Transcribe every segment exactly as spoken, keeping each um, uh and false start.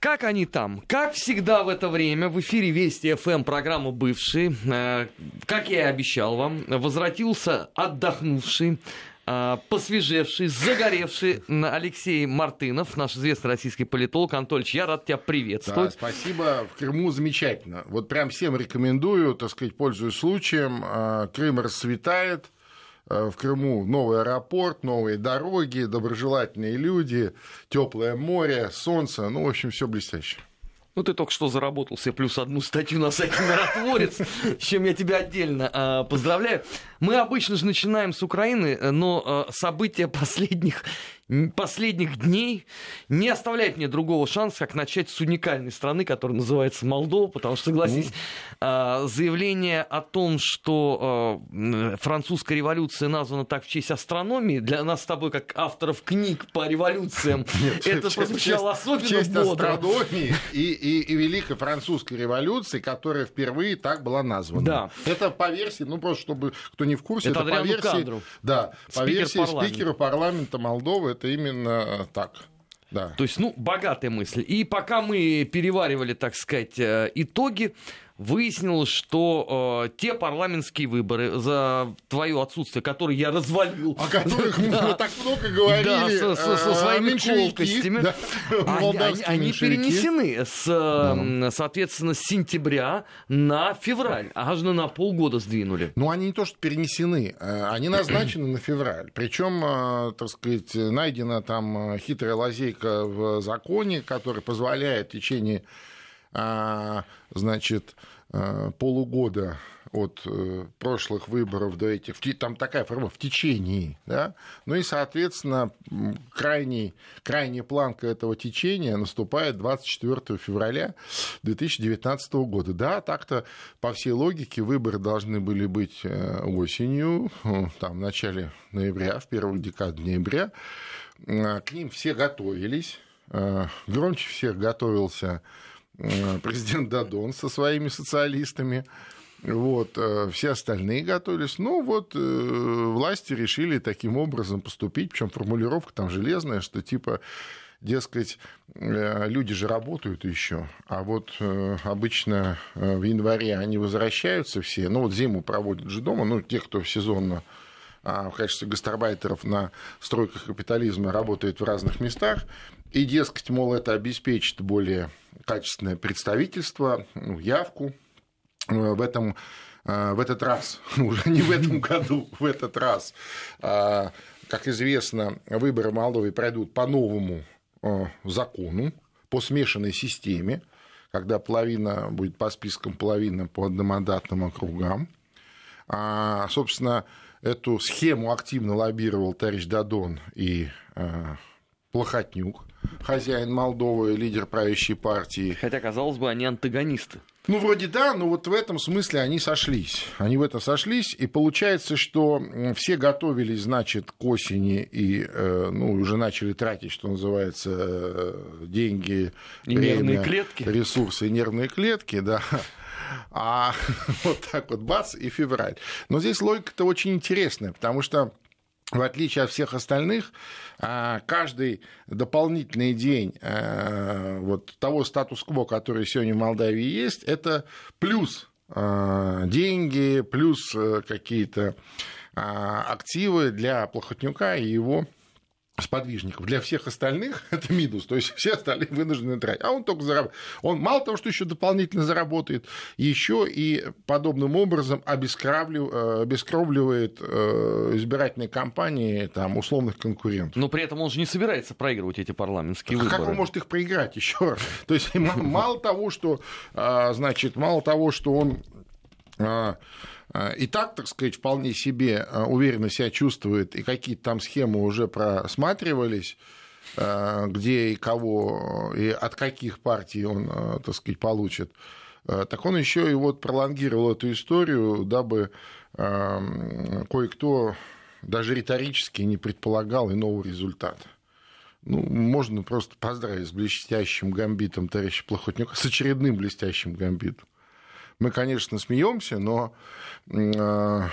Как они там? Как всегда в это время в эфире Вести эф эм программа «Бывший». Э, как я и обещал вам, возвратился отдохнувший, э, посвежевший, загоревший Алексей Мартынов, наш известный российский политолог. Анатольевич, я рад тебя приветствовать. Да, спасибо. В Крыму замечательно. Вот прям всем рекомендую, так сказать, пользуясь случаем. Крым расцветает. В Крыму новый аэропорт, новые дороги, доброжелательные люди, теплое море, солнце, ну, в общем, все блестяще. Ну, ты только что заработал себе плюс одну статью на сайте «Миротворец», с чем я тебя отдельно э, поздравляю. Мы обычно же начинаем с Украины, но э, события последних, последних дней не оставляют мне другого шанса, как начать с уникальной страны, которая называется Молдова, потому что, согласись, э, заявление о том, что э, французская революция названа так в честь астрономии, для нас с тобой, как авторов книг по революциям, Нет, это честь, прозвучало честь, особенно честь бодро. Астрономии и, и, и Великой Французской революции, которая впервые так была названа. Да. Это по версии, ну просто чтобы кто не в курсе, это, это по версии, Кадров, да, по спикер версии парламента. спикера парламента Молдовы, это именно так. Да. То есть, ну, богатая мысль. И пока мы переваривали, так сказать, итоги, выяснилось, что э, те парламентские выборы за твое отсутствие, которые я развалил... О которых мы да, так много говорили. Да, со, со, со своими колкостями. Да, они, они, они перенесены, с, да. соответственно, с сентября на февраль. Аж на полгода сдвинули. Ну, они не то, что перенесены, они назначены на февраль. Причем, так сказать, найдена там хитрая лазейка в законе, которая позволяет в течение... значит, полугода от прошлых выборов до этих, там такая форма в течение, да, ну и, соответственно, крайний, крайняя планка этого течения наступает двадцать четвёртого февраля две тысячи девятнадцатого года. Да, так-то по всей логике выборы должны были быть осенью, там, в начале ноября, в первую декаду ноября, к ним все готовились, громче всех готовился президент Дадон со своими социалистами, вот, все остальные готовились. Ну, вот, власти решили таким образом поступить, причем формулировка там железная, что типа, дескать, люди же работают еще, а вот обычно в январе они возвращаются все, ну, вот зиму проводят же дома, ну, те, кто сезонно в качестве гастарбайтеров на стройках капитализма работает в разных местах, и, дескать, мол, это обеспечит более качественное представительство, ну, явку. В, этом, в этот раз, уже не в этом году, в этот раз, как известно, выборы в Молдове пройдут по новому закону, по смешанной системе, когда половина будет по спискам, половина по одномандатным округам. Собственно, эту схему активно лоббировал товарищ Дадон и Плохотнюк, хозяин Молдовы, лидер правящей партии. Хотя, казалось бы, они антагонисты. Ну, вроде да, но вот в этом смысле они сошлись. Они в этом сошлись, и получается, что все готовились, значит, к осени и, ну, уже начали тратить, что называется, деньги, и время, нервные клетки. Ресурсы и нервные клетки, да. А вот так вот, бац, и февраль. Но здесь логика-то очень интересная, потому что, в отличие от всех остальных, каждый дополнительный день вот того статус-кво, который сегодня в Молдавии есть, это плюс деньги, плюс какие-то активы для Плохотнюка и его сподвижников. Для всех остальных это минус, то есть все остальные вынуждены тратить. А он только заработает. Он мало того, что еще дополнительно заработает, еще и подобным образом обескровливает избирательные кампании там, условных конкурентов. Но при этом он же не собирается проигрывать эти парламентские так выборы. Как он может их проиграть еще раз? То есть мало того, что, значит, мало того, что он и так, так сказать, вполне себе уверенно себя чувствует, и какие-то там схемы уже просматривались, где и кого, и от каких партий он, так сказать, получит, так он еще и вот пролонгировал эту историю, дабы кое-кто даже риторически не предполагал иного результата. Ну, можно просто поздравить с блестящим гамбитом товарища Плохотнюка, с очередным блестящим гамбитом. Мы, конечно, смеемся, но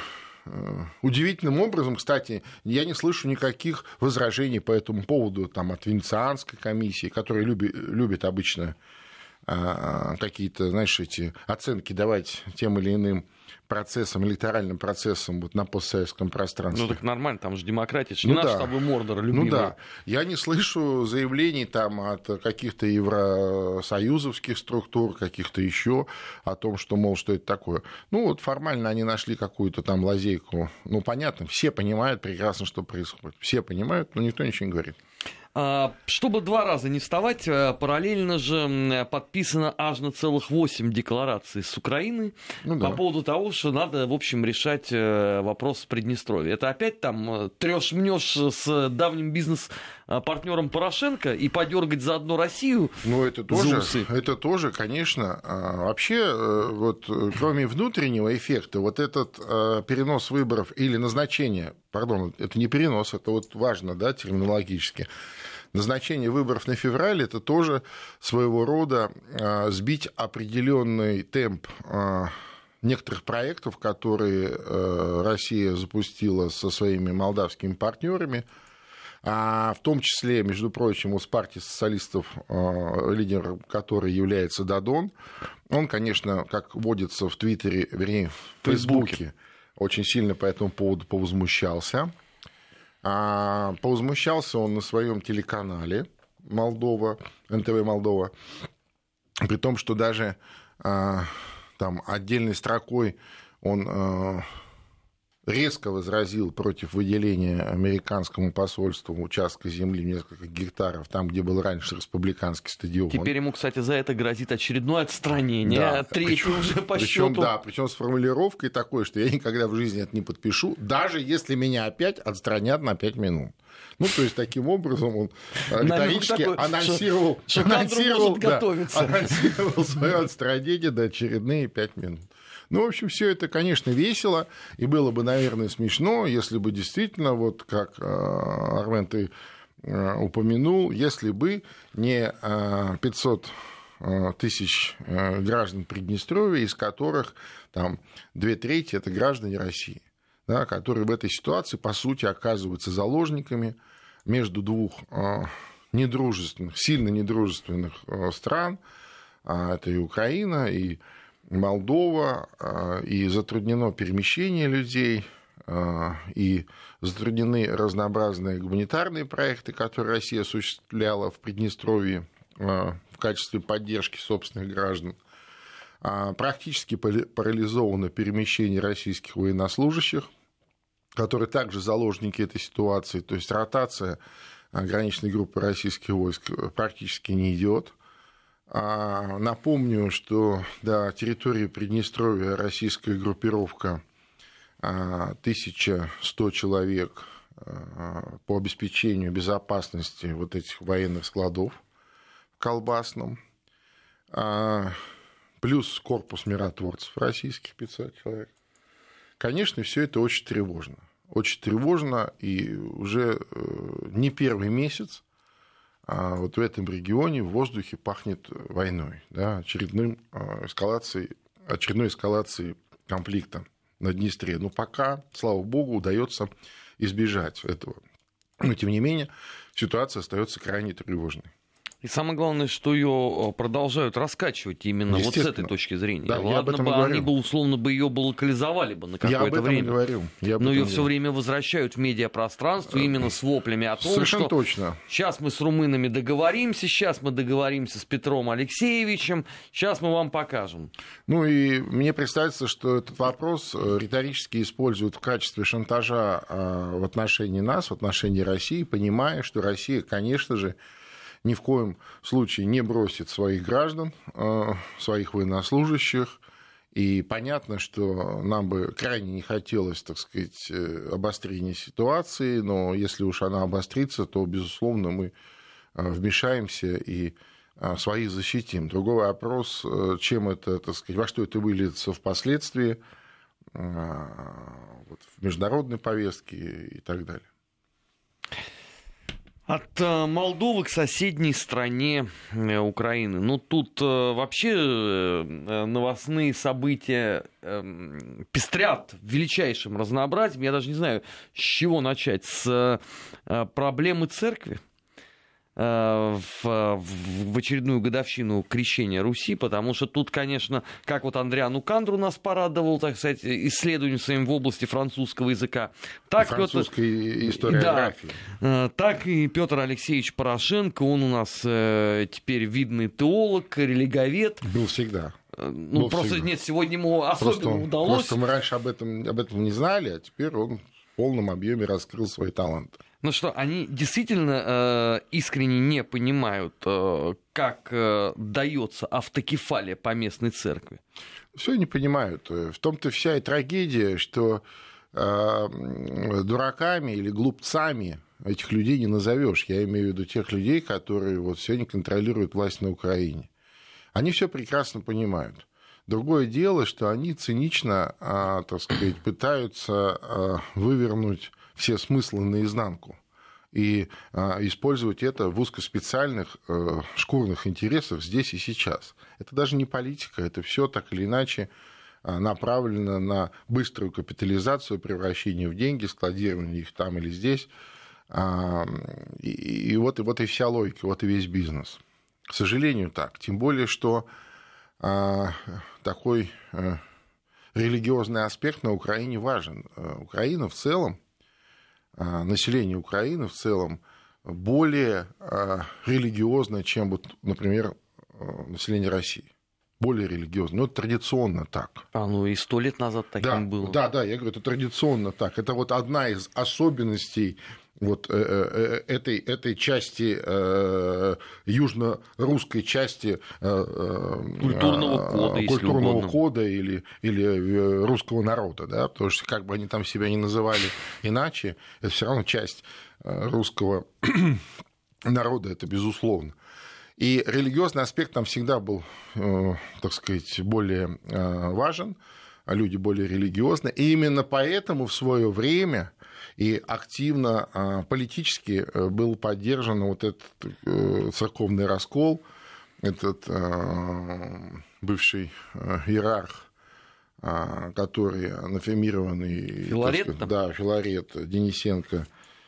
удивительным образом, кстати, я не слышу никаких возражений по этому поводу там, от Венецианской комиссии, которая любит, любит обычно какие-то, знаешь, эти оценки давать тем или иным процессам, электоральным процессам вот на постсоветском пространстве. Ну так нормально, там же демократия, это же не ну, наш да. с тобой Мордор любимый. Ну да, я не слышу заявлений там от каких-то евросоюзовских структур, каких-то еще о том, что, мол, что это такое. Ну вот формально они нашли какую-то там лазейку. Ну понятно, все понимают прекрасно, что происходит. Все понимают, но никто ничего не говорит. Чтобы два раза не вставать, параллельно же подписано аж на целых восемь деклараций с Украины ну, да. по поводу того, что надо, в общем, решать вопрос в Приднестровье. Это опять там трёшь-мнёшь с давним бизнес-партнером Порошенко и подергать заодно Россию. Ну, это тоже, это тоже, конечно. Вообще, вот, кроме внутреннего эффекта, вот этот перенос выборов или назначение, пардон, это не перенос, это вот важно, да, терминологически, назначение выборов на февраль – это тоже своего рода сбить определенный темп некоторых проектов, которые Россия запустила со своими молдавскими партнерами, в том числе, между прочим, у партии социалистов, лидером которой является Дадон. Он, конечно, как водится в Твиттере, вернее, в Фейсбуке, очень сильно по этому поводу повозмущался. А повозмущался он на своем телеканале Молдова, эн тэ вэ Молдова, при том, что даже а, там отдельной строкой он а, резко возразил против выделения американскому посольству участка земли в несколько гектаров, там, где был раньше республиканский стадион. Теперь ему, кстати, за это грозит очередное отстранение, да, третье причем, уже по причем, счету. Да, причем с формулировкой такой, что я никогда в жизни это не подпишу, даже если меня опять отстранят на пять минут. Ну, то есть, таким образом он риторически такой, анонсировал, что, анонсировал, что да, анонсировал свое отстранение до очередные пять минут. Ну, в общем, все это, конечно, весело, и было бы, наверное, смешно, если бы действительно, вот как Армен ты упомянул, если бы не пятьсот тысяч граждан Приднестровья, из которых там две трети – это граждане России, да, которые в этой ситуации, по сути, оказываются заложниками между двух недружественных, сильно недружественных стран, это и Украина, и Молдова, и затруднено перемещение людей, и затруднены разнообразные гуманитарные проекты, которые Россия осуществляла в Приднестровье в качестве поддержки собственных граждан. Практически парализовано перемещение российских военнослужащих, которые также заложники этой ситуации, то есть ротация граничной группы российских войск практически не идет. Напомню, что до территории Приднестровья российская группировка тысяча сто человек по обеспечению безопасности вот этих военных складов в Колбасном, плюс корпус миротворцев российских пятьсот человек. Конечно, все это очень тревожно. Очень тревожно, и уже не первый месяц вот в этом регионе в воздухе пахнет войной, да, очередным эскалацией, очередной эскалацией конфликта на Днестре. Но пока, слава богу, удается избежать этого. Но, тем не менее, ситуация остается крайне тревожной. И самое главное, что ее продолжают раскачивать именно вот с этой точки зрения. Да, Ладно бы говорю. Они бы условно бы ее бы локализовали бы на какое-то я об этом время. Говорю. Я об но ее говорю. все время возвращают в медиапространство именно с воплями о том, Совершенно что точно. Сейчас мы с румынами договоримся, сейчас мы договоримся с Петром Алексеевичем, сейчас мы вам покажем. Ну и мне представляется, что этот вопрос риторически используют в качестве шантажа в отношении нас, в отношении России, понимая, что Россия, конечно же, ни в коем случае не бросит своих граждан, своих военнослужащих. И понятно, что нам бы крайне не хотелось, так сказать, обострения ситуации, но если уж она обострится, то, безусловно, мы вмешаемся и своих защитим. Другой вопрос, чем это, так сказать, во что это выльется впоследствии, вот, в международной повестке и так далее. От Молдовы к соседней стране Украины. Ну, тут вообще новостные события пестрят величайшим разнообразием. Я даже не знаю, с чего начать. С проблемы церкви в, в очередную годовщину крещения Руси, потому что тут, конечно, как вот Андриану Кандру нас порадовал, так сказать, исследованием своим в области французского языка, так французской Петр... историографии. Да, так и Петр Алексеевич Порошенко, он у нас теперь видный теолог, религовед. Был всегда. Ну, Был просто всегда. Нет, сегодня ему особенно просто, удалось. Просто мы раньше об этом, об этом не знали, а теперь он в полном объеме раскрыл свои таланты. Ну что, они действительно э, искренне не понимают, э, как э, дается автокефалия по местной церкви? Все не понимают. В том-то вся и трагедия, что э, дураками или глупцами этих людей не назовешь. Я имею в виду тех людей, которые вот сегодня контролируют власть на Украине. Они все прекрасно понимают. Другое дело, что они цинично, э, так сказать, пытаются э, вывернуть все смыслы наизнанку и а, использовать это в узкоспециальных а, шкурных интересах здесь и сейчас. Это даже не политика, это все так или иначе а, направлено на быструю капитализацию, превращение в деньги, складирование их там или здесь. А, и, и, вот, и вот и вся логика, вот и весь бизнес. К сожалению, так. Тем более, что а, такой а, религиозный аспект на Украине важен. Украина в целом, население Украины в целом более религиозно, чем, вот, например, население России. Более религиозно. Но это традиционно так. А, ну и сто лет назад таким да, было. Да, да, я говорю, это традиционно так. Это вот одна из особенностей вот этой, этой части, южно-русской части культурного кода, культурного кода или, или русского народа, да, потому что как бы они там себя не называли иначе, это все равно часть русского народа, это безусловно. И религиозный аспект там всегда был, так сказать, более важен, а люди более религиозны. И именно поэтому в свое время и активно политически был поддержан вот этот церковный раскол, этот бывший иерарх, который анафемированный, Филарет, сказать, да, Филарет Денисенко,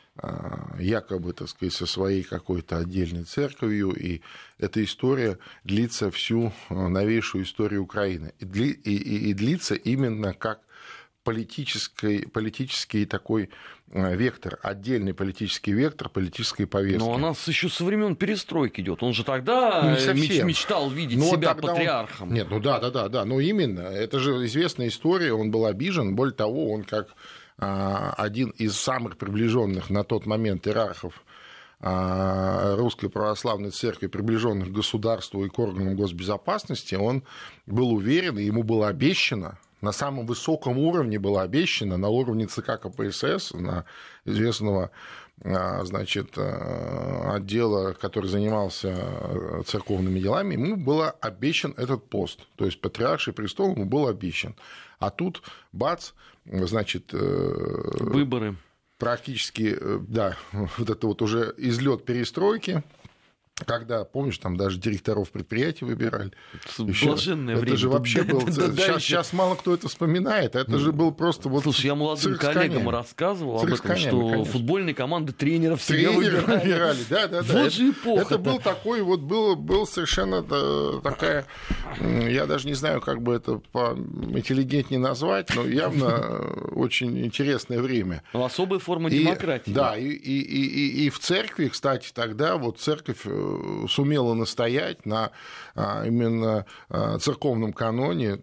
якобы, так сказать, со своей какой-то отдельной церковью, и эта история длится всю новейшую историю Украины. И, дли, и, и, и длится именно как политический, политический такой вектор, отдельный политический вектор политической повестки. Но у нас еще со времен перестройки идет. Он же тогда ну, мечтал видеть но себя патриархом. Он... Нет, ну да, да, да, да, но именно. Это же известная история, он был обижен. Более того, он как один из самых приближенных на тот момент иерархов Русской Православной Церкви, приближенных к государству и к органам госбезопасности, он был уверен, и ему было обещано, на самом высоком уровне было обещано, на уровне ЦК КПСС, на известного, значит, отдела, который занимался церковными делами, ему был обещан этот пост. То есть патриарший престол ему был обещан. А тут, бац, значит... Выборы. Практически, да, вот это вот уже излет перестройки, когда, помнишь, там даже директоров предприятий выбирали. Блаженное это время. же вообще да, был... да, да, сейчас, сейчас мало кто это вспоминает. Это же был просто вот... Слушай, я молодым коллегам рассказывал об этом, что конечно. Футбольные команды тренеров себе Тренеров выбирали. выбирали. Да, да, да. Вот это, же эпоха. Это был такой вот, был, был совершенно такая... Я даже не знаю, как бы это интеллигентнее назвать, но явно очень интересное время. Ну, особая форма и, демократии. Да, и, и, и, и в церкви, кстати, тогда вот церковь сумела настоять на именно церковном каноне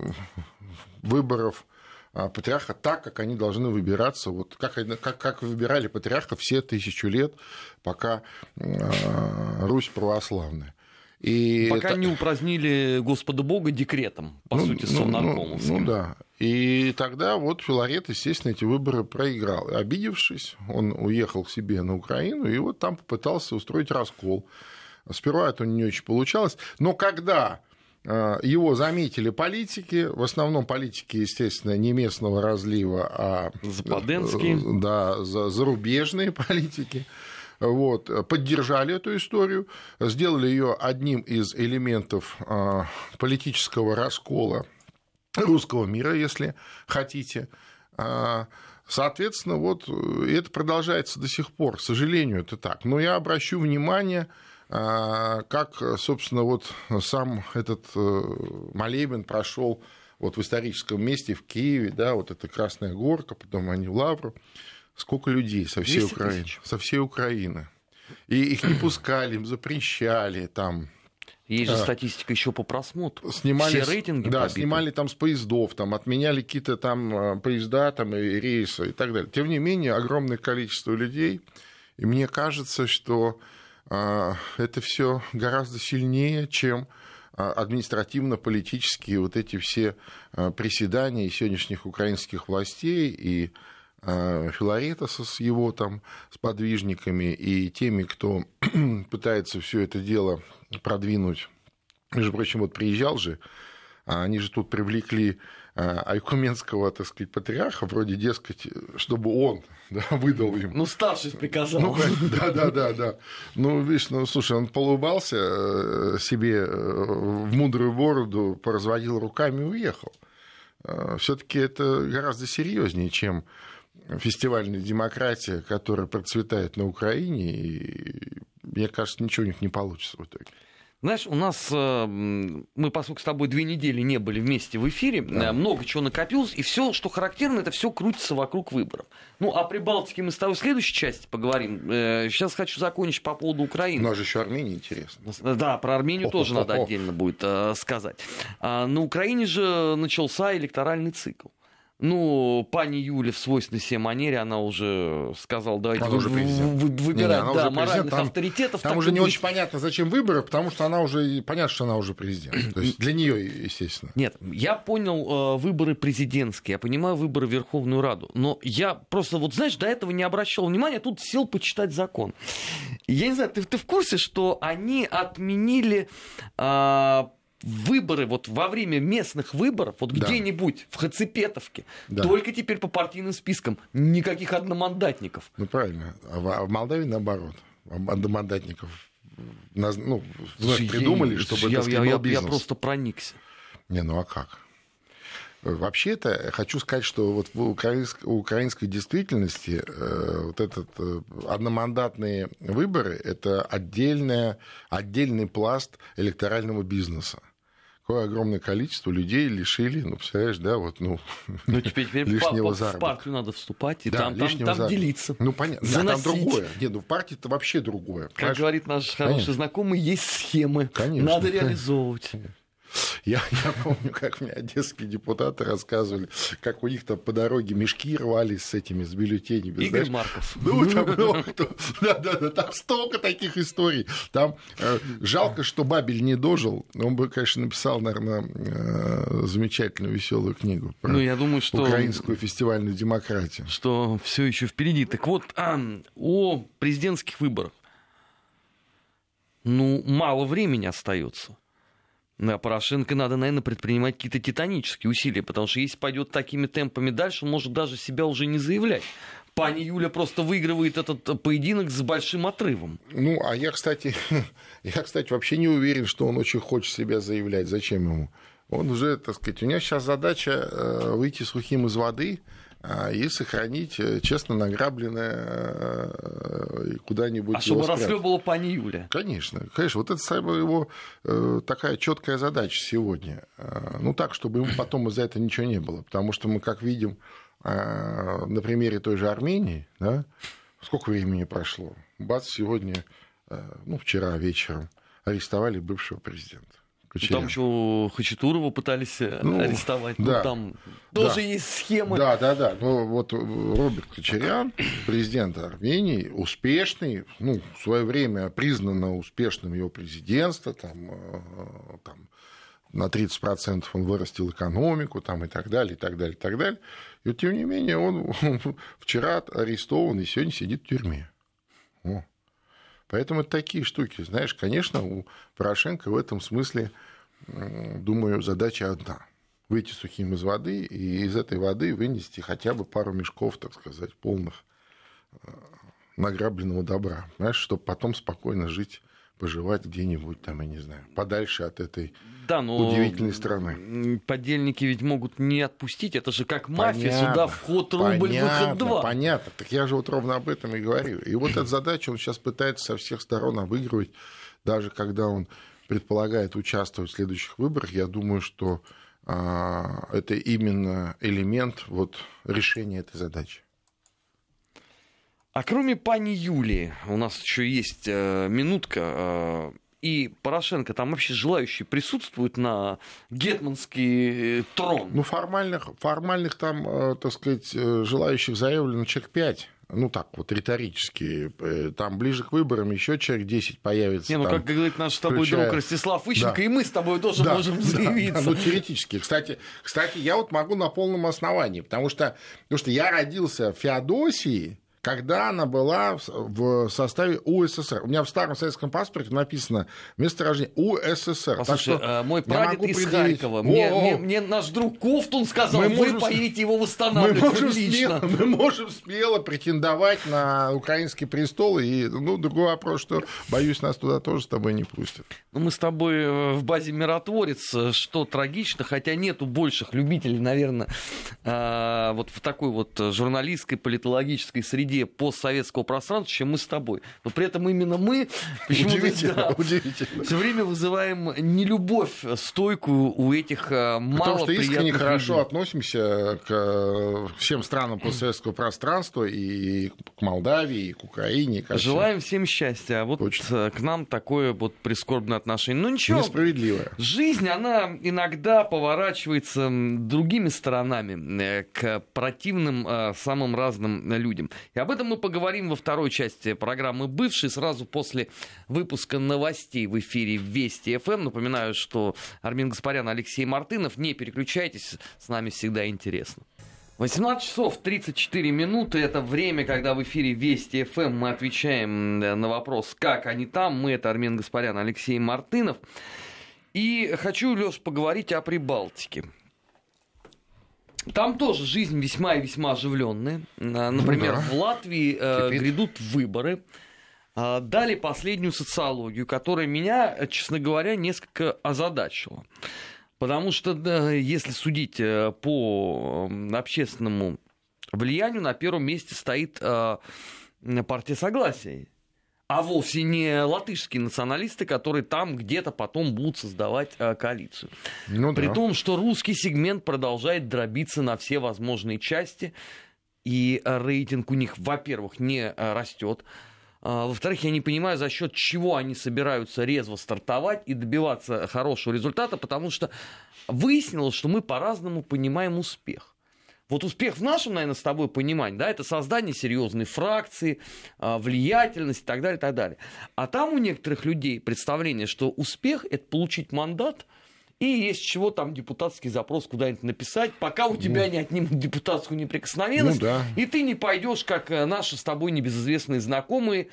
выборов патриарха так, как они должны выбираться, вот, как, как, как выбирали патриарха все тысячу лет, пока Русь православная. И пока это... не упразднили Господа Бога декретом, по ну, сути, ну, совнаркомовским. Ну, ну да. И тогда вот Филарет, естественно, эти выборы проиграл. Обидевшись, он уехал к себе на Украину и вот там попытался устроить раскол. Сперва это не очень получалось, но когда его заметили политики, в основном политики, естественно, не местного разлива, а западенские, да, зарубежные политики, вот, поддержали эту историю, сделали ее одним из элементов политического раскола русского мира, если хотите. Соответственно, вот это продолжается до сих пор. К сожалению, это так. Но я обращу внимание, как, собственно, вот сам этот молебен прошел вот в историческом месте в Киеве, да, вот эта Красная Горка, потом они в Лавру. Сколько людей со всей Украины, со всей Украины. И их не пускали, им запрещали там. Есть же статистика еще по просмотру. Снимали, все рейтинги да, побиты. Снимали там с поездов, там, отменяли какие-то там поезда там, и рейсы и так далее. Тем не менее, огромное количество людей. И мне кажется, что а, это все гораздо сильнее, чем административно-политические вот эти все приседания сегодняшних украинских властей и Филаретоса с его там сподвижниками и теми, кто пытается все это дело продвинуть. Между прочим, вот приезжал же, они же тут привлекли айкуменского, так сказать, патриарха, вроде, дескать, чтобы он, да, выдал им. Ну, старший приказал. Ну, да, да, да, да. Ну, видишь, ну, слушай, он поулыбался себе в мудрую бороду, поразводил руками и уехал. Все-таки это гораздо серьезнее, чем фестивальная демократия, которая процветает на Украине, и, мне кажется, ничего у них не получится в итоге. Знаешь, у нас, мы, поскольку с тобой две недели не были вместе в эфире, да. много чего накопилось, и все, что характерно, это все крутится вокруг выборов. Ну, о Прибалтике мы с тобой в следующей части поговорим. Сейчас хочу закончить по поводу Украины. У нас же еще Армения интересно. Да, про Армению тоже надо отдельно будет сказать. На Украине же начался электоральный цикл. Ну, пани Юля в свойственной себе манере, она уже сказала, давайте вы, вы, выбирать не, да, моральных там, авторитетов. Там уже не будет. Очень понятно, зачем выборы, потому что она уже, понятно, что она уже президент. То есть для нее, естественно. Нет, я понял выборы президентские, я понимаю выборы в Верховную Раду, но я просто, вот знаешь, до этого не обращал внимания, тут сел почитать закон. Я не знаю, ты, ты в курсе, что они отменили... А, выборы вот во время местных выборов, вот да. где-нибудь в Хацепетовке, да. только теперь по партийным спискам, никаких одномандатников. Ну, правильно. А в Молдавии наоборот. Одномандатников ну, вновь придумали, чтобы я, это я, был я, бизнес. Я просто проникся. Не, ну а как? Вообще-то, хочу сказать, что вот в украинской, украинской действительности э, вот этот э, одномандатные выборы – это отдельная, отдельный пласт электорального бизнеса. Какое огромное количество людей лишили, ну, представляешь, да, вот, ну, ну теперь, теперь лишнего в, заработка. В партию надо вступать, и да, там, там, там делиться. Ну, понятно, да, там другое. Нет, ну, в партии-то вообще другое. Как понимаешь? Говорит наш хороший Конечно. знакомый, есть схемы, Конечно. надо реализовывать. Я, я помню, как мне одесские депутаты рассказывали, как у них там по дороге мешки рвались с этими, с бюллетенями. Игорь знаешь? Марков. Ну, там много кто. Да-да-да, там столько таких историй. Там э, жалко, что Бабель не дожил. Он бы, конечно, написал, наверное, э, замечательную, веселую книгу про ну, я думаю, что, украинскую фестивальную демократию. Что все еще впереди. Так вот, а, о президентских выборах. Ну, мало времени остается. Да, Порошенко надо, наверное, предпринимать какие-то титанические усилия, потому что если пойдет такими темпами дальше, он может даже себя уже не заявлять. Пани Юля просто выигрывает этот поединок с большим отрывом. Ну, а я, кстати, я, кстати, вообще не уверен, что он очень хочет себя заявлять. Зачем ему? Он уже, так сказать, у него сейчас задача выйти сухим из воды и сохранить честно награбленное куда-нибудь. А чтобы расхлебывала пани Юля. Конечно, конечно. Вот это самая его такая четкая задача сегодня. Ну так, чтобы ему потом из-за этого ничего не было. Потому что мы, как видим, на примере той же Армении, да, сколько времени прошло? Бац, сегодня, ну, вчера вечером арестовали бывшего президента. Кочерян. Там еще Хачатурова пытались ну, арестовать. Да, ну, там да, тоже есть схемы. Да, да, да. Ну, вот Роберт Кочерян, президент Армении, успешный, ну, в свое время признано успешным его президентство, там, там, на тридцать процентов он вырастил экономику, там, и так далее, и так далее, и так далее. И вот, тем не менее, он вчера арестован и сегодня сидит в тюрьме. О. Поэтому это такие штуки. Знаешь, конечно, у Порошенко в этом смысле, думаю, задача одна. Выйти сухим из воды и из этой воды вынести хотя бы пару мешков, так сказать, полных награбленного добра, знаешь, чтобы потом спокойно жить, поживать где-нибудь там, я не знаю, подальше от этой да, но удивительной страны. Подельники ведь могут не отпустить, это же как мафия, понятно, сюда вход рубль, понятно, выход два. Понятно, так я же вот ровно об этом и говорю. И вот эта задача он сейчас пытается со всех сторон обыгрывать, даже когда он предполагает участвовать в следующих выборах, я думаю, что а, это именно элемент вот, решения этой задачи. А кроме пани Юлии, у нас еще есть э, минутка, э, и Порошенко, там вообще желающие присутствуют на гетманский э, трон? Ну, формальных, формальных там, э, так сказать, желающих заявлено человек пять. Ну, так вот, риторически. Там ближе к выборам еще человек десять появится. Не, ну, там, как говорит наш с тобой включая... друг Ростислав Ищенко, да. и мы с тобой тоже да, можем да, заявиться. Да, ну, теоретически. Кстати, кстати, я вот могу на полном основании, потому что, потому что я родился в Феодосии, когда она была в составе УССР. У меня в старом советском паспорте написано место рождения УССР. Послушай, что мой прадед из предъявить... Харькова. Мне, мне, мне наш друг Ковтун сказал, мы вы можем... поедете его восстанавливать. Мы можем, смело, мы можем смело претендовать на украинский престол. И, ну, другой вопрос, что, боюсь, нас туда тоже с тобой не пустят. Ну, мы с тобой в базе «Миротворец», что трагично, хотя нету больших любителей, наверное, вот в такой вот журналистской, политологической среде постсоветского пространства, чем мы с тобой. Но при этом именно мы удивительно, да, удивительно. все время вызываем нелюбовь стойкую у этих малоприятных Потому что искренне людей. Хорошо относимся к всем странам постсоветского пространства, и к Молдавии, и к Украине. И ко всем. Желаем всем счастья. А вот Точно. К нам такое вот прискорбное отношение. Ну ничего. Несправедливое. Жизнь, она иногда поворачивается другими сторонами к противным самым разным людям. И об этом мы поговорим во второй части программы «Бывший», сразу после выпуска новостей в эфире Вести ФМ. Напоминаю, что Армин Гаспарян, Алексей Мартынов. Не переключайтесь, с нами всегда интересно. восемнадцать часов тридцать четыре минуты. Это время, когда в эфире Вести ФМ мы отвечаем на вопрос, как они там. Мы — это Армин Гаспарян, Алексей Мартынов. И хочу, Лёш, поговорить о Прибалтике. Там тоже жизнь весьма и весьма оживленная. Например, ну, да. в Латвии э, грядут выборы. Э, дали последнюю социологию, которая меня, честно говоря, несколько озадачила. Потому что, да, если судить по общественному влиянию, на первом месте стоит э, партия Согласия. А вовсе не латышские националисты, которые там где-то потом будут создавать э, коалицию. Ну, При да. том, что русский сегмент продолжает дробиться на все возможные части, и рейтинг у них, во-первых, не растет. А, во-вторых, я не понимаю, за счет чего они собираются резво стартовать и добиваться хорошего результата, потому что выяснилось, что мы по-разному понимаем успех. Вот успех в нашем, наверное, с тобой понимании, да, это создание серьезной фракции, влиятельность и так далее, и так далее. А там у некоторых людей представление, что успех – это получить мандат, и есть чего там депутатский запрос куда-нибудь написать, пока у тебя ну, не отнимут депутатскую неприкосновенность, ну, да. и ты не пойдешь, как наши с тобой небезызвестные знакомые,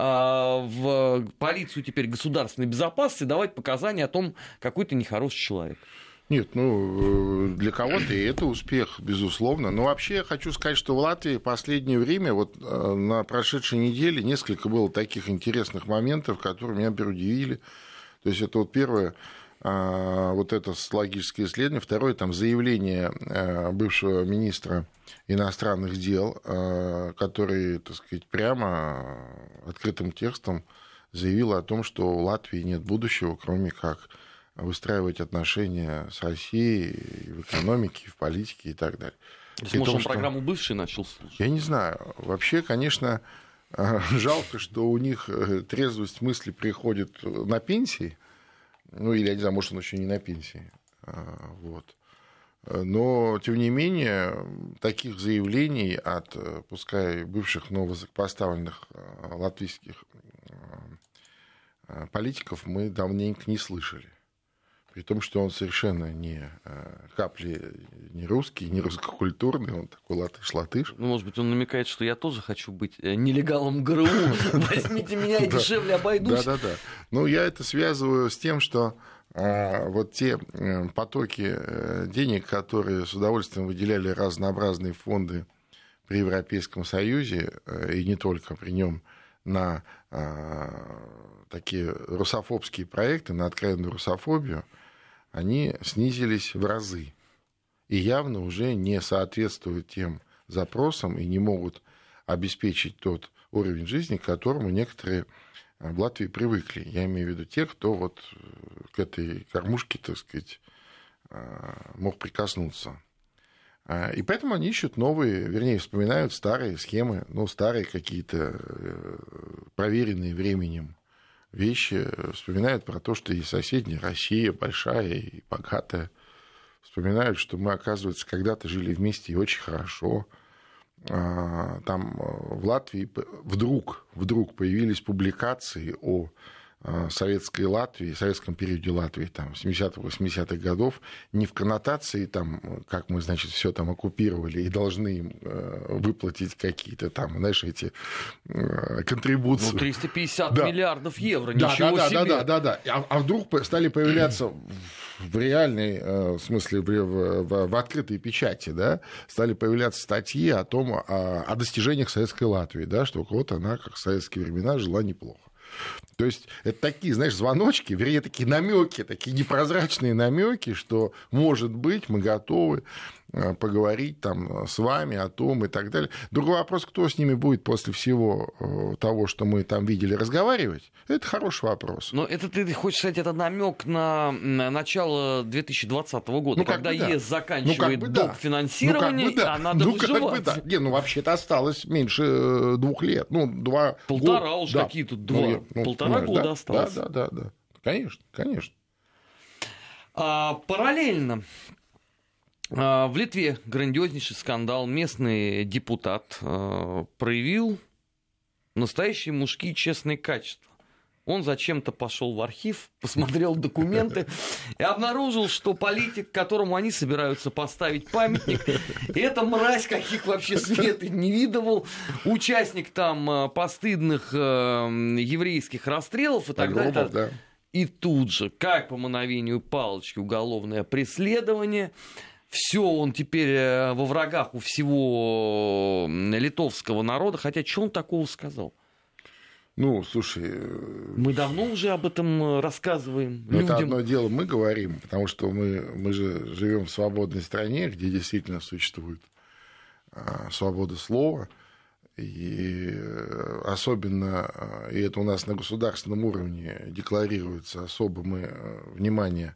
в полицию теперь государственной безопасности давать показания о том, какой ты нехороший человек. Нет, ну, для кого-то и это успех, безусловно. Но вообще я хочу сказать, что в Латвии в последнее время, вот на прошедшей неделе, несколько было таких интересных моментов, которые меня удивили. То есть это вот первое, вот это социологическое исследование. Второе, там заявление бывшего министра иностранных дел, который, так сказать, прямо открытым текстом заявил о том, что у Латвии нет будущего, кроме как выстраивать отношения с Россией и в экономике, и в политике и так далее. Может, он программу «Бывший» начал слушать? Я не знаю. Вообще, конечно, жалко, что у них трезвость мысли приходит на пенсии. Ну, или, я не знаю, может, он еще не на пенсии. Вот. Но, тем не менее, таких заявлений от, пускай, бывших, но высокопоставленных латвийских политиков мы давненько не слышали. При том, что он совершенно не капли не русский, не русскокультурный, он такой латыш-латыш. Ну, может быть, он намекает, что я тоже хочу быть нелегалом ГРУ. Возьмите меня, и дешевле обойдусь. Да-да-да. Ну, я это связываю с тем, что вот те потоки денег, которые с удовольствием выделяли разнообразные фонды при Европейском Союзе, и не только при нем, на такие русофобские проекты, на откровенную русофобию, они снизились в разы. И явно уже не соответствуют тем запросам и не могут обеспечить тот уровень жизни, к которому некоторые в Латвии привыкли. Я имею в виду тех, кто вот к этой кормушке, так сказать, мог прикоснуться. И поэтому они ищут новые, вернее, вспоминают старые схемы, ну, старые какие-то проверенные временем вещи, вспоминают про то, что и соседняя Россия большая и богатая, вспоминают, что мы, оказывается, когда-то жили вместе и очень хорошо. Там в Латвии вдруг, вдруг появились публикации о советской Латвии, советском периоде Латвии, там, семидесятых-восьмидесятых годов, не в коннотации, там, как мы, значит, все там оккупировали и должны им выплатить какие-то там, знаешь, эти контрибуции. Ну, триста пятьдесят да. миллиардов евро, да, ничего да, себе. Да, да, да, да. А, а вдруг стали появляться в реальной, в смысле, в, в, в открытой печати, да, стали появляться статьи о том, о, о достижениях советской Латвии, да, что вот она, как в советские времена, жила неплохо. То есть это такие, знаешь, звоночки, вернее, такие намеки, такие непрозрачные намеки, что, может быть, мы готовы поговорить там с вами о том и так далее. Другой вопрос, кто с ними будет после всего того, что мы там видели, разговаривать, это хороший вопрос. Но это ты хочешь сказать, это намек на, на начало две тысячи двадцатого года, ну, когда бы, ЕС да. заканчивает ну, как бы, доп. Финансирование, ну, как бы, да. а надо ну, выживать. Как бы, да. Не, ну, вообще-то осталось меньше двух лет. Ну, два Полтора год. уже да. какие тут два. Ну, ну, Полтора года да, осталось. Да, да, да, да. Конечно, конечно. А, параллельно а, в Литве грандиознейший скандал. Местный депутат а, проявил настоящие мужские честные качества. Он зачем-то пошел в архив, посмотрел документы и обнаружил, что политик, которому они собираются поставить памятник, это мразь, каких вообще свет не видывал, участник там постыдных э, еврейских расстрелов и так далее. Гробов, да. И тут же, как по мановению палочки, уголовное преследование. Все, он теперь во врагах у всего литовского народа. Хотя, что он такого сказал? Ну, слушай... Мы давно уже об этом рассказываем людям. Это одно дело мы говорим, потому что мы, мы же живем в свободной стране, где действительно существует а, свобода слова. И особенно, и это у нас на государственном уровне декларируется, особо мы внимание,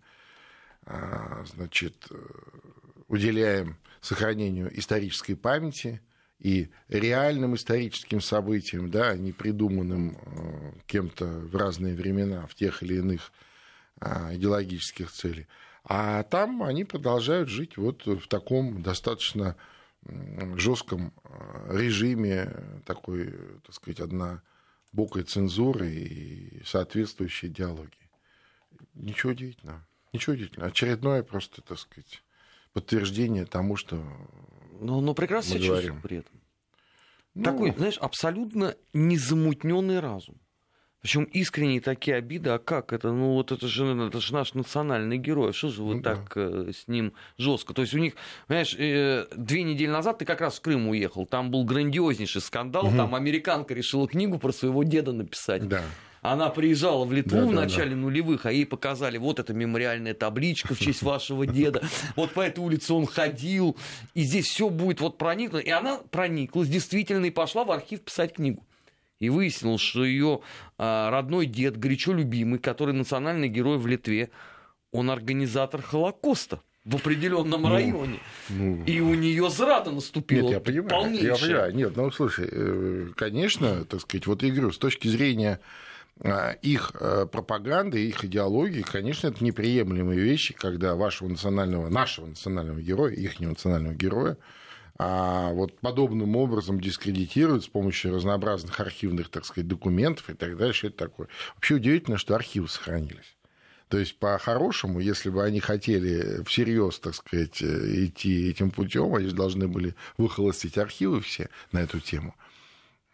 а, значит, уделяем сохранению исторической памяти и реальным историческим событиям, да, не придуманным кем-то в разные времена в тех или иных идеологических целях. А там они продолжают жить вот в таком достаточно жестком режиме, такой, так сказать, однобокой цензуры и соответствующей идеологии. Ничего удивительного. Ничего удивительного. Очередное просто, так сказать, подтверждение тому, что но, но прекрасно себя чувствует при этом. Ну... Такой, знаешь, абсолютно незамутненный разум. Причем искренние такие обиды, а как это? Ну вот это же, это же наш национальный герой, что же вы ну, так да. э, с ним жестко? То есть у них, понимаешь, э, две недели назад ты как раз в Крым уехал, там был грандиознейший скандал, угу. Там американка решила книгу про своего деда написать. Да. Она приезжала в Литву да, в начале да, да. нулевых, а ей показали, вот эта мемориальная табличка в честь вашего деда, вот по этой улице он ходил, и здесь все будет вот проникнуто. И она прониклась действительно и пошла в архив писать книгу. И выяснилось, что ее а, родной дед, горячо любимый, который национальный герой в Литве, он организатор Холокоста в определенном ну, районе. Ну, и у нее зрада наступила. Нет, я понимаю, я понимаю. Нет, ну слушай, конечно, так сказать, вот я говорю, с точки зрения их пропаганды, их идеологии, конечно, это неприемлемые вещи, когда вашего национального, нашего национального героя, их национального героя, а вот подобным образом дискредитируют с помощью разнообразных архивных, так сказать, документов и так далее, что это такое. Вообще удивительно, что архивы сохранились. То есть, по-хорошему, если бы они хотели всерьез, так сказать, идти этим путем, они же должны были выхолостить архивы все на эту тему.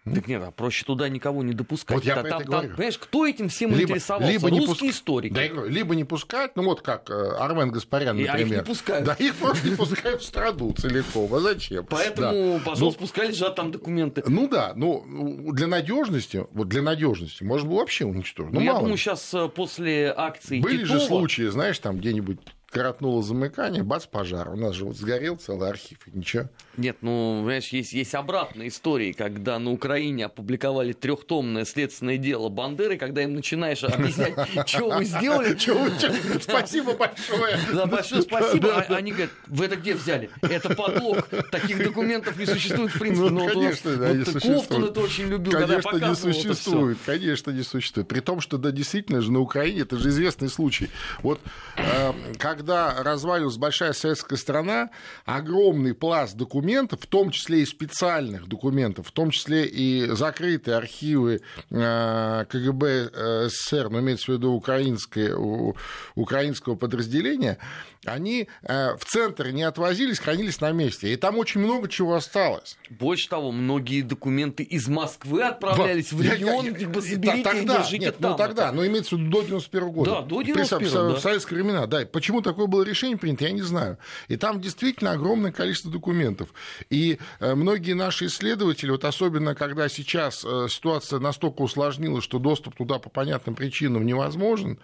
Так нет, а проще туда никого не допускать. Вот я там, про это там, говорю. Понимаешь, кто этим всем либо, интересовался? Либо не Русские пуск... историки. Да, либо не пускать, ну вот как Армен Гаспарян, например. А их не пускают. Да, их просто не пускают в страну целиком. А зачем? Поэтому, да. пожалуйста, ну, пускай лежат там документы. Ну да, ну для надежности, вот для надежности, можно было вообще уничтожить. Ну, ну я мало думаю, ли. сейчас после акции Были Титова... же случаи, знаешь, там где-нибудь коротнуло замыкание, бац, пожар. У нас же вот сгорел целый архив, и ничего. Нет, ну, знаешь, есть, есть обратные истории, когда на Украине опубликовали трехтомное следственное дело Бандеры, когда им начинаешь объяснять, что вы сделали. Спасибо большое. Да, большое спасибо. Они говорят, вы это где взяли? Это подлог. Таких документов не существует в принципе. Ну, конечно, да, не существует. Ковтун это очень любил, когда я Конечно, не существует. Конечно, не существует. При том, что, да, действительно же на Украине, это же известный случай. Вот как когда развалилась большая советская страна, огромный пласт документов, в том числе и специальных документов, в том числе и закрытые архивы ка гэ бэ эс эс эс эр, но имеется в виду украинское, украинского подразделения, они в центр не отвозились, хранились на месте. И там очень много чего осталось. Больше того, многие документы из Москвы отправлялись вот. в регион, я, я, типа, заберите тогда, и держите нет, там. Ну тогда, но имеется в виду до девяносто первого года. Да, до девяносто первого, При, да. В советские времена, да. Почему такое было решение принято, я не знаю. И там действительно огромное количество документов. И многие наши исследователи, вот особенно когда сейчас ситуация настолько усложнилась, что доступ туда по понятным причинам невозможен,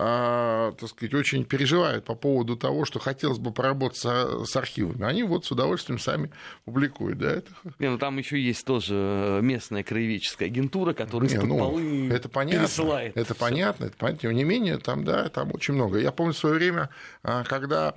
А, так сказать, очень переживают по поводу того, что хотелось бы поработать с, с архивами. Они вот с удовольствием сами публикуют. Да, это... Не, ну, там еще есть тоже местная краеведческая агентура, которая из-под ну, полы это понятно, пересылает. Это понятно, это понятно. Тем не менее, там, да, там очень много. Я помню в свое время, когда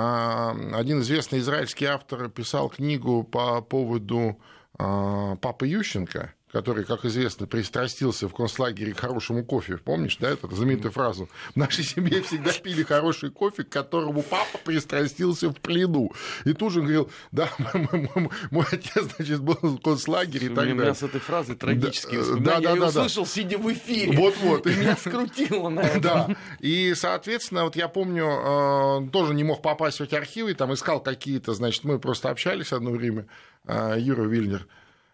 один известный израильский автор писал книгу по поводу папы Ющенко, который, как известно, пристрастился в концлагере к хорошему кофе. Помнишь, да, эту знаменитую фразу? В нашей семье всегда пили хороший кофе, к которому папа пристрастился в плену. И тут же он говорил, да, мой, мой, мой отец, значит, был в концлагере и так далее. У меня с этой фразой трагические да, воспоминания. Да, Я да, ее да, услышал, да. сидя в эфире. Вот-вот. И меня скрутило на это. Да. И, соответственно, вот я помню, тоже не мог попасть в эти архивы, там искал какие-то, значит, мы просто общались одно время, Юра Вильнер.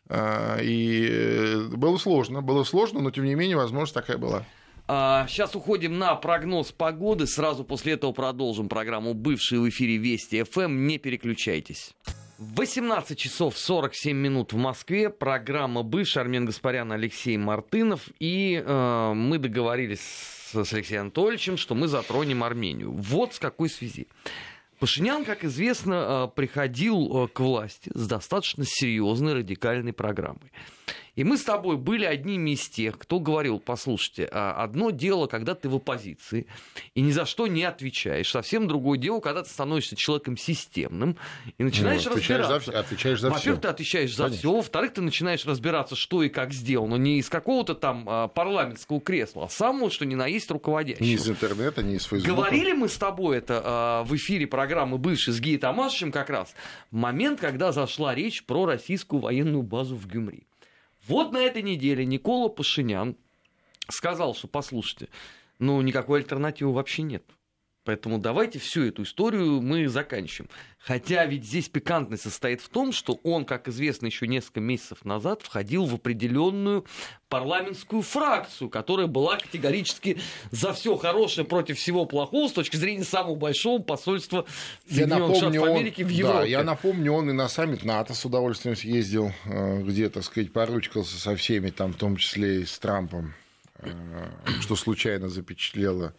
И было сложно, было сложно, но тем не менее возможность такая была. Сейчас уходим на прогноз погоды, сразу после этого продолжим программу «Бывшие» в эфире Вести эф эм, не переключайтесь. восемнадцать часов сорок семь минут в Москве, программа «Бывший», Армен Гаспарян, Алексей Мартынов, и э, мы договорились с Алексеем Анатольевичем, что мы затронем Армению. Вот с какой связи. Пашинян, как известно, приходил к власти с достаточно серьезной радикальной программой. И мы с тобой были одними из тех, кто говорил, послушайте, одно дело, когда ты в оппозиции и ни за что не отвечаешь. Совсем другое дело, когда ты становишься человеком системным и начинаешь ну, отвечаешь разбираться. За, отвечаешь за Во-первых, все. ты отвечаешь за все. Во-вторых, ты начинаешь разбираться, что и как сделано. Не из какого-то там парламентского кресла, а самого, что ни на есть, руководящего. Не из интернета, не из Фейсбука. Говорили мы с тобой это в эфире программы «Бывший» с Гией Томашичем как раз в момент, когда зашла речь про российскую военную базу в Гюмри. Вот на этой неделе Никола Пашинян сказал, что, послушайте, ну, никакой альтернативы вообще нет. Поэтому давайте всю эту историю мы заканчиваем. Хотя ведь здесь пикантность состоит в том, что он, как известно, еще несколько месяцев назад входил в определенную парламентскую фракцию, которая была категорически за все хорошее против всего плохого с точки зрения самого большого посольства Соединенных Штатов Америки в Европе. Да, я напомню, он и на саммит НАТО с удовольствием съездил, где, так сказать, поручкался со всеми, там, в том числе и с Трампом, что случайно запечатлело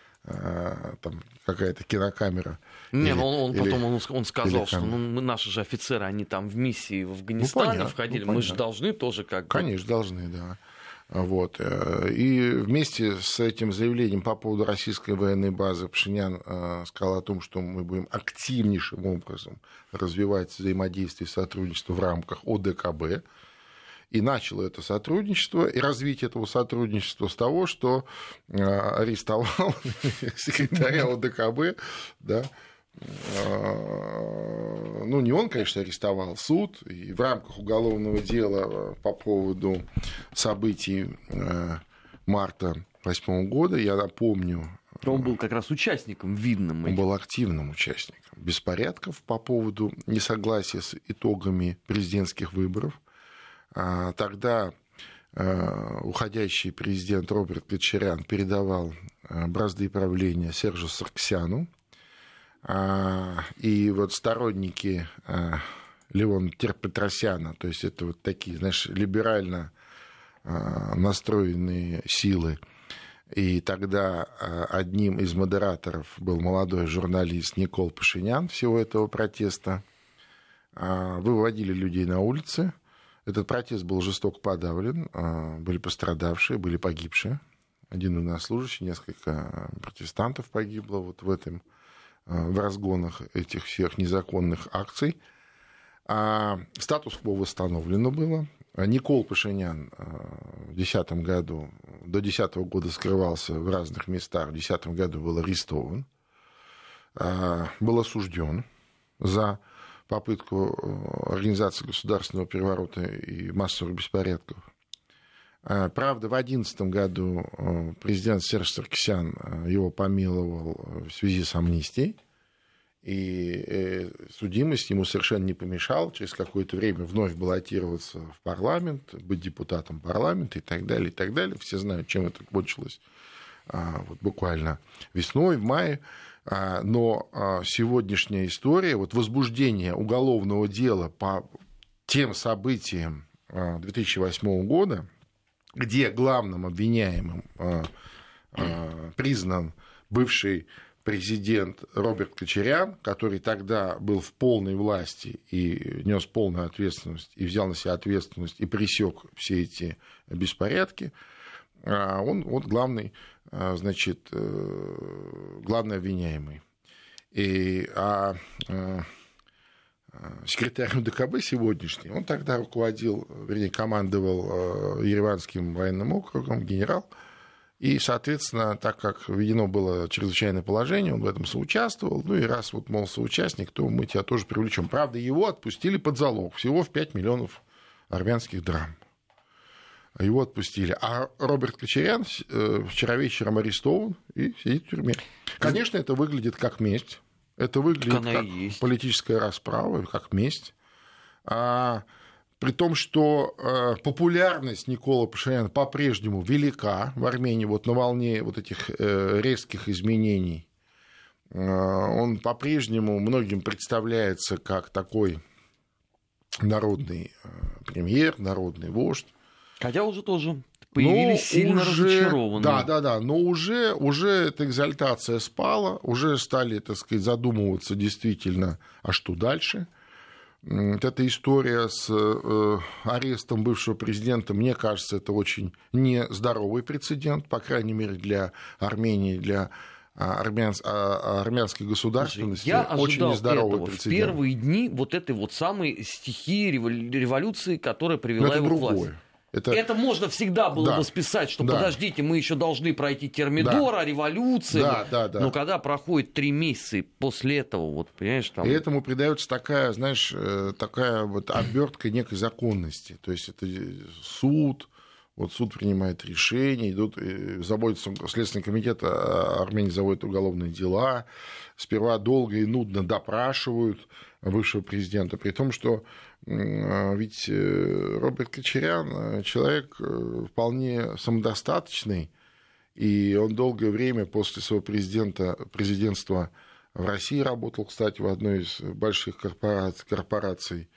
там какая-то кинокамера. Не, или, ну он, он или, потом он, он сказал, что камера. ну, наши же офицеры, они там в миссии в Афганистане ну, понятно, входили, ну, мы же должны тоже как бы... Конечно, должны, да. Вот. И вместе с этим заявлением по поводу российской военной базы Пашинян сказал о том, что мы будем активнейшим образом развивать взаимодействие и сотрудничество в рамках о дэ ка бэ. И начало это сотрудничество, и развитие этого сотрудничества с того, что арестовал секретаря о дэ ка бэ, да, ну, не он, конечно, арестовал, суд, и в рамках уголовного дела по поводу событий марта восьмого года, я напомню... Он был как раз участником видным. Он был активным участником беспорядков по поводу несогласия с итогами президентских выборов. Тогда уходящий президент Роберт Кочарян передавал бразды правления Сержу Сарксяну. И вот сторонники Леона Тер-Петросяна, то есть это вот такие, знаешь, либерально настроенные силы. И тогда одним из модераторов был молодой журналист Никол Пашинян всего этого протеста. Выводили людей на улицы. Этот протест был жестоко подавлен. Были пострадавшие, были погибшие. Один военнослужащий, несколько протестантов погибло вот в этом, в разгонах этих всех незаконных акций. А статус-кво восстановлено было. Никол Пашинян в две тысячи десятом году, до две тысячи десятого года скрывался в разных местах, в две тысячи десятом году был арестован, был осужден за попытку организации государственного переворота и массовых беспорядков. Правда, в две тысячи одиннадцатом году президент Серж Сарксян его помиловал в связи с амнистией, и судимость ему совершенно не помешала через какое-то время вновь баллотироваться в парламент, быть депутатом парламента и так далее, и так далее. Все знают, чем это кончилось вот буквально весной, в мае. Но сегодняшняя история, вот возбуждение уголовного дела по тем событиям две тысячи восьмого года, где главным обвиняемым признан бывший президент Роберт Кочарян, который тогда был в полной власти и нес полную ответственность, и взял на себя ответственность, и пресек все эти беспорядки, он вот главный, значит, главный обвиняемый. И, а секретарь УДКБ сегодняшний, он тогда руководил, вернее, командовал Ереванским военным округом, генерал. И, соответственно, так как введено было чрезвычайное положение, он в этом соучаствовал. Ну и раз вот, мол, соучастник, то мы тебя тоже привлечем. Правда, его отпустили под залог, всего в пять миллионов армянских драм. Его отпустили. А Роберт Кочарян вчера вечером арестован и сидит в тюрьме. Конечно, это выглядит как месть. Это выглядит как, как политическая расправа, как месть. А, при том, что э, популярность Никола Пашиняна по-прежнему велика в Армении, вот на волне вот этих э, резких изменений. Э, он по-прежнему многим представляется как такой народный э, премьер, народный вождь. Хотя уже тоже появились но сильно уже, разочарованные. Да, да, да, но уже, уже эта экзальтация спала, уже стали, так сказать, задумываться действительно, а что дальше. Вот эта история с э, арестом бывшего президента, мне кажется, это очень нездоровый прецедент, по крайней мере, для Армении, для армян, армянской государственности. Я очень нездоровый этого прецедент. В первые дни вот этой вот самой стихии революции, которая привела его к власти. Это... это можно всегда было да. бы списать, что да. подождите, мы еще должны пройти Термидор, да. революцию. Да, да, да. Но когда проходит три месяца после этого, вот, понимаешь, там... И этому придается такая, знаешь, такая вот обертка некой законности. То есть это суд, вот суд принимает решения, идут, заводится Следственный комитет Армении, заводит уголовные дела. Сперва долго и нудно допрашивают бывшего президента, при том, что ведь Роберт Кочарян человек вполне самодостаточный, и он долгое время после своего президента, президентства в России работал, кстати, в одной из больших корпораций, корпораций.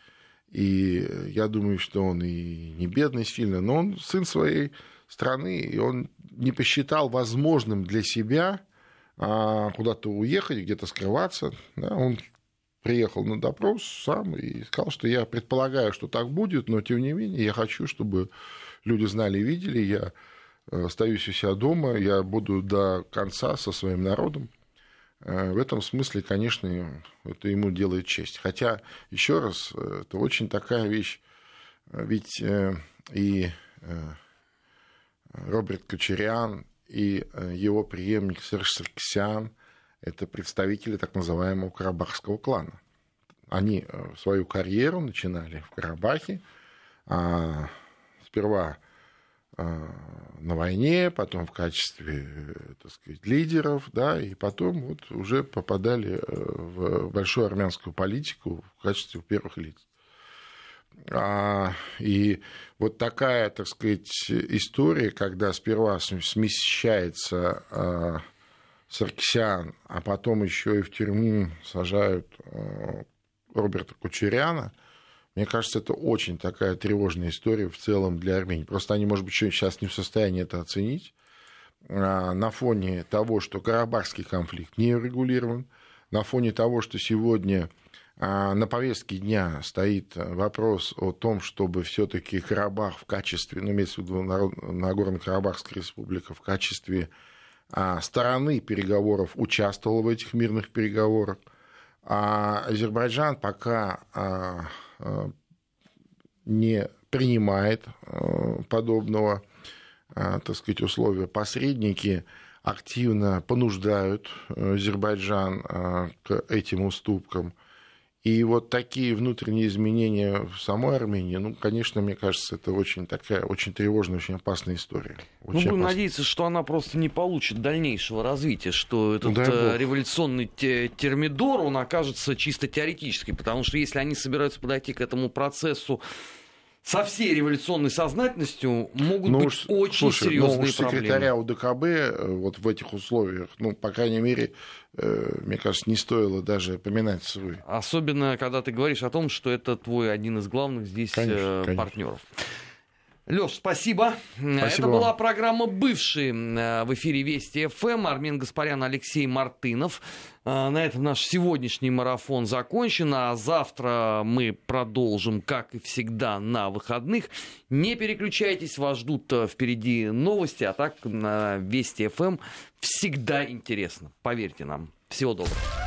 И я думаю, что он и не бедный сильно, но он сын своей страны, и он не посчитал возможным для себя куда-то уехать, где-то скрываться. Да, он приехал на допрос сам и сказал, что я предполагаю, что так будет, но тем не менее я хочу, чтобы люди знали и видели, я остаюсь у себя дома, я буду до конца со своим народом. В этом смысле, конечно, это ему делает честь. Хотя, еще раз, это очень такая вещь, ведь и Роберт Кочарян, и его преемник Серж Сарксян – это представители так называемого карабахского клана. Они свою карьеру начинали в Карабахе, сперва на войне, потом в качестве, так сказать, лидеров, да, и потом вот уже попадали в большую армянскую политику в качестве первых лиц. И вот такая, так сказать, история, когда сперва смещается Саркисян, а потом еще и в тюрьму сажают Роберта Кочуряна, мне кажется, это очень такая тревожная история в целом для Армении. Просто они, может быть, сейчас не в состоянии это оценить. На фоне того, что Карабахский конфликт не урегулирован, на фоне того, что сегодня на повестке дня стоит вопрос о том, чтобы все-таки Карабах в качестве, ну, имеется в виду Нагорно-Карабахская республика, в качестве стороны переговоров участвовала в этих мирных переговорах, а Азербайджан пока не принимает подобного, так сказать, условия. Посредники активно понуждают Азербайджан к этим уступкам. И вот такие внутренние изменения в самой Армении, ну, конечно, мне кажется, это очень такая, очень тревожная, очень опасная история. Очень ну, будем опасная. надеяться, что она просто не получит дальнейшего развития, что этот Дай э, Бог. революционный те- термидор, он окажется чисто теоретический, потому что если они собираются подойти к этому процессу со всей революционной сознательностью, могут ну, быть уж, очень слушай, серьезные ну, уж проблемы. секретаря УДКБ вот в этих условиях, ну, по крайней мере, э, мне кажется, не стоило даже поминать свой. Особенно, когда ты говоришь о том, что это твой один из главных здесь Конечно, э, конечно. партнеров. Лёш, спасибо. Спасибо Это вам. была программа «Бывшие» в эфире Вести ФМ. Армен Гаспарян, Алексей Мартынов. На этом наш сегодняшний марафон закончен. А завтра мы продолжим, как и всегда, на выходных. Не переключайтесь, вас ждут впереди новости. А так на Вести ФМ всегда интересно. Поверьте нам. Всего доброго.